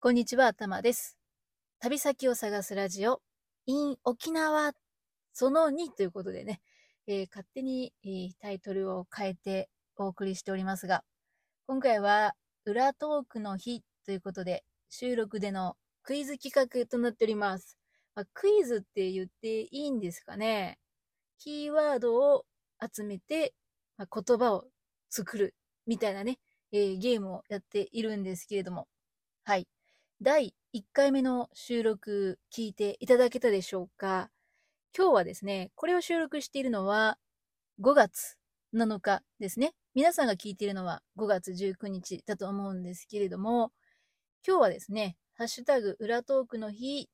こんにちは、たまです。旅先を探すラジオ、in 沖縄、その2ということでね、勝手に、タイトルを変えてお送りしておりますが、今回は裏トークの日ということで、収録でのクイズ企画となっております。クイズって言っていいんですかね。キーワードを集めて、言葉を作るみたいなね、ゲームをやっているんですけれども、はい。第1回目の収録聞いていただけたでしょうか？今日はですね、これを収録しているのは5月7日ですね。皆さんが聞いているのは5月19日だと思うんですけれども、今日はですね、ハッシュタグ裏トークの日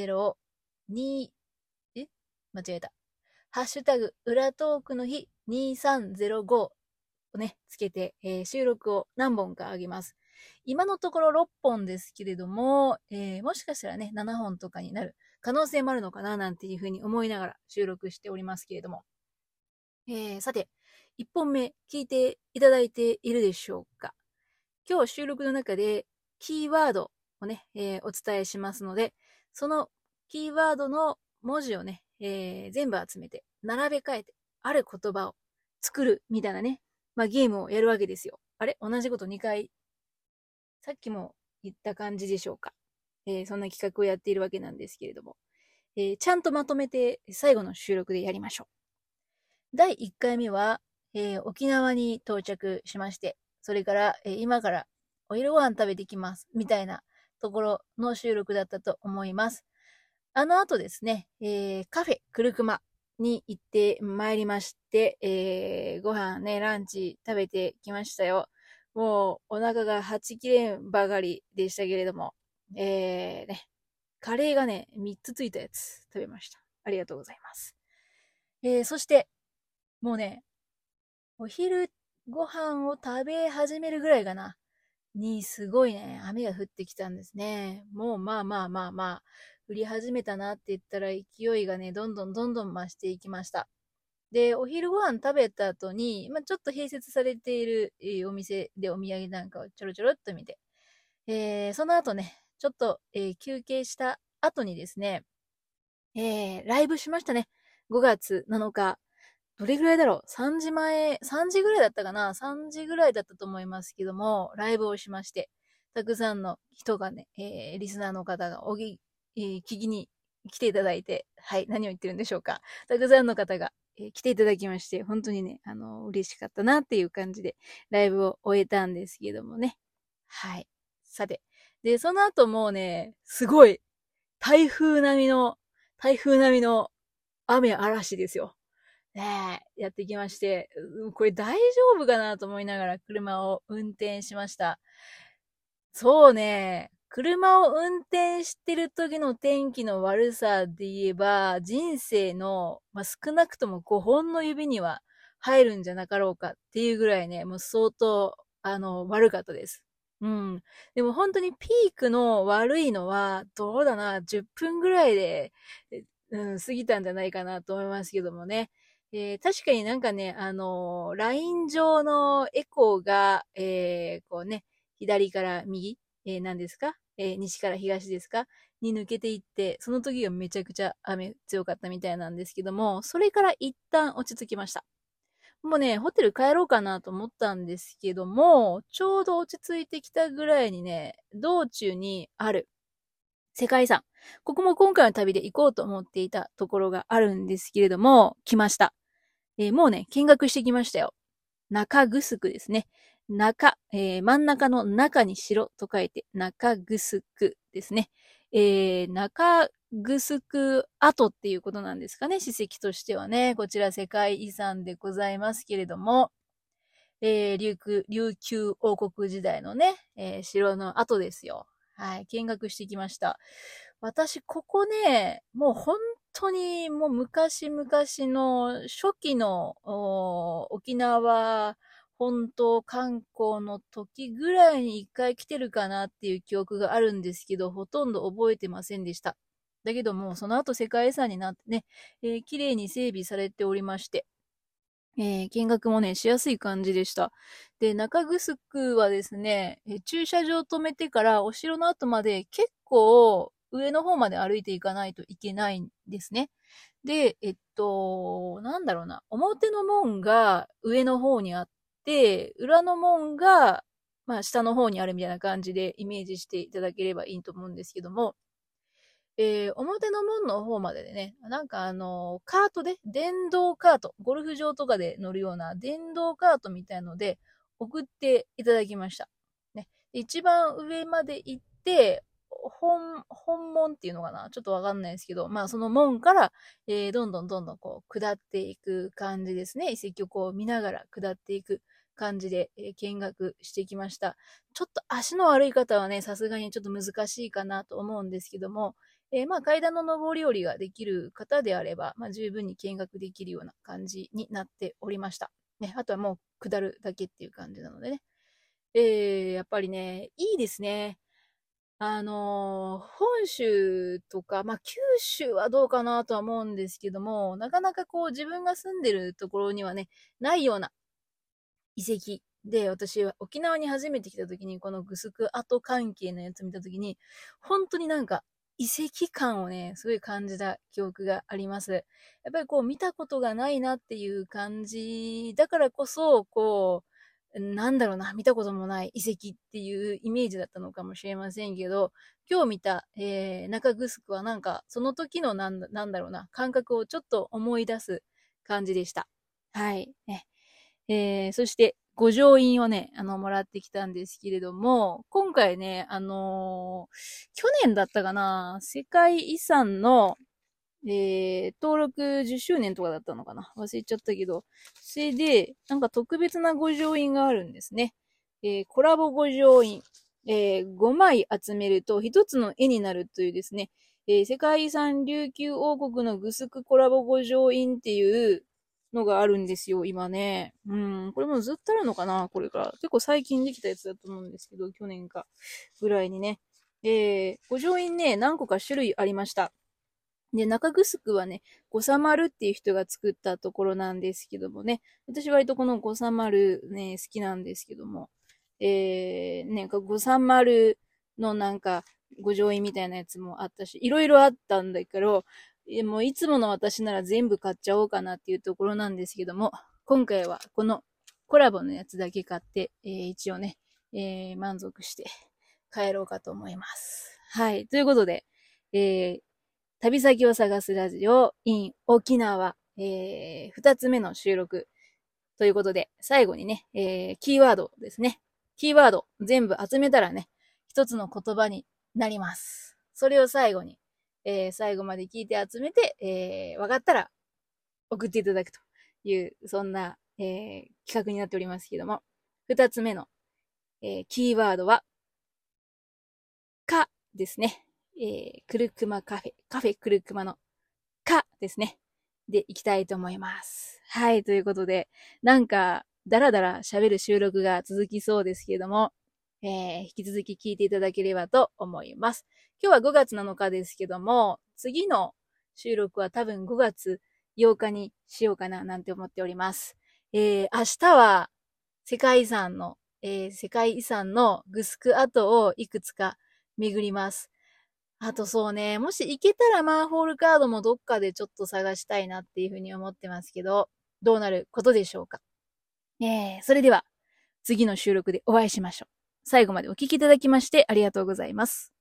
2022、間違えた。ハッシュタグ裏トークの日2305をね、つけて、収録を何本かあげます。今のところ6本ですけれども、もしかしたらね、7本とかになる可能性もあるのかななんていうふうに思いながら収録しておりますけれども。さて、1本目聞いていただいているでしょうか？今日収録の中でキーワードをね、お伝えしますので、そのキーワードの文字をね、全部集めて並べ替えてある言葉を作るみたいなね、ゲームをやるわけですよ。あれ同じこと2回、さっきも言った感じでしょうか？そんな企画をやっているわけなんですけれども、ちゃんとまとめて最後の収録でやりましょう。第1回目は、沖縄に到着しまして、それから、今からお昼ご飯食べてきます、みたいなところの収録だったと思います。あの後ですね、カフェくるくまに行ってまいりまして、ご飯ね、ランチ食べてきましたよ。もうお腹がはち切れんばかりでしたけれども、カレーがね、3つついたやつ食べました。ありがとうございます。そして、もうね、お昼ご飯を食べ始めるぐらいかな。に、すごいね、雨が降ってきたんですね。もう、降り始めたなって言ったら勢いがね、どんどんどんどん増していきました。で、お昼ご飯食べた後に、ちょっと併設されている、お店でお土産なんかをちょろちょろっと見て、その後ね、ちょっと、休憩した後にですね、ライブしましたね。5月7日。どれぐらいだろう？ 3 時前、3時ぐらいだったかな？ 3 時ぐらいだったと思いますけども、ライブをしまして、たくさんの人がね、リスナーの方が聞きに来ていただいて、はい、何を言ってるんでしょうか。たくさんの方が、来ていただきまして、本当にね、嬉しかったなっていう感じで、ライブを終えたんですけどもね。はい。さて。で、その後もうね、すごい、台風並みの、台風並みの雨嵐ですよ。ねえ、やってきまして、これ大丈夫かなと思いながら車を運転しました。そうね、車を運転してる時の天気の悪さで言えば、人生の、少なくとも5本の指には入るんじゃなかろうかっていうぐらいね、もう相当、悪かったです。うん。でも本当にピークの悪いのは、どうだな、10分ぐらいで、過ぎたんじゃないかなと思いますけどもね。確かになんかね、ライン上のエコーが、こうね、左から右、何ですか、西から東ですかに抜けていって、その時がめちゃくちゃ雨強かったみたいなんですけども、それから一旦落ち着きました。もうね、ホテル帰ろうかなと思ったんですけども、ちょうど落ち着いてきたぐらいにね、道中にある世界遺産。ここも今回の旅で行こうと思っていたところがあるんですけれども、来ました。もうね、見学してきましたよ。中城ですね。真ん中の中に城と書いて、中城ですね。中城跡っていうことなんですかね、史跡としてはね。こちら世界遺産でございますけれども、琉球王国時代のね、城の跡ですよ。はい、見学してきました。私、ここね、もう本当にもう昔々の初期の沖縄本島観光の時ぐらいに一回来てるかなっていう記憶があるんですけど、ほとんど覚えてませんでした。だけども、その後世界遺産になってね、綺麗に整備されておりまして、 見学もね、しやすい感じでした。で、中城はですね、駐車場止めてからお城の後まで結構上の方まで歩いていかないといけないんですね。で、なんだろうな、表の門が上の方にあって、裏の門が、まあ、下の方にあるみたいな感じでイメージしていただければいいと思うんですけども、表の門の方まででね、なんかカートで、電動カート、ゴルフ場とかで乗るような電動カートみたいので送っていただきました。ね、一番上まで行って、本門っていうのかなちょっとわかんないですけど、まあその門から、どんどんどんどんこう下っていく感じですね。遺跡をこう見ながら下っていく感じで、見学してきました。ちょっと足の悪い方はね、さすがにちょっと難しいかなと思うんですけども、まあ階段の上り下りができる方であれば、まあ十分に見学できるような感じになっておりました。ね、あとはもう下るだけっていう感じなのでね。やっぱりね、いいですね。本州とか、まあ、九州はどうかなとは思うんですけども、なかなかこう自分が住んでるところにはね、ないような遺跡で、私は沖縄に初めて来た時に、このグスク跡関係のやつ見た時に、本当になんか遺跡感をね、すごい感じた記憶があります。やっぱりこう見たことがないなっていう感じだからこそ、こう、なんだろうな、見たこともない遺跡っていうイメージだったのかもしれませんけど、今日見た、中城はなんか、その時のなんだろうな、感覚をちょっと思い出す感じでした。はい。ね。そして、五条院をね、もらってきたんですけれども、今回ね、去年だったかな、世界遺産の、登録10周年とかだったのかな忘れちゃったけど、それで、なんか特別な五条院があるんですね。コラボ五条院。5枚集めると1つの絵になるというですね、世界遺産琉球王国のグスクコラボ五条院っていうのがあるんですよ、今ね。うん、これもずっとあるのかなこれから。結構最近できたやつだと思うんですけど、去年かぐらいにね。五条院ね、何個か種類ありました。で、中城はね、五三丸っていう人が作ったところなんですけどもね、私割とこの五三丸ね、好きなんですけども、なんか五三丸のなんか五条院みたいなやつもあったし、いろいろあったんだけど、もういつもの私なら全部買っちゃおうかなっていうところなんですけども、今回はこのコラボのやつだけ買って、一応ね、満足して帰ろうかと思います。はい。ということで、旅先を探すラジオ in 沖縄、二つ目の収録ということで、最後にね、キーワードですね。キーワード全部集めたらね、一つの言葉になります。それを最後に、最後まで聞いて集めて、分かったら送っていただくという、そんな、企画になっておりますけども、二つ目の、キーワードは、かですね。くるくまカフェ、カフェくるくまのかですね。で、いきたいと思います。はい、ということで、なんか、だらだら喋る収録が続きそうですけれども、引き続き聞いていただければと思います。今日は5月7日ですけども、次の収録は多分5月8日にしようかななんて思っております。明日は世界遺産のグスク跡をいくつか巡ります。あとそうね、もし行けたらマンホールカードもどっかでちょっと探したいなっていうふうに思ってますけど、どうなることでしょうか。それでは次の収録でお会いしましょう。最後までお聞きいただきましてありがとうございます。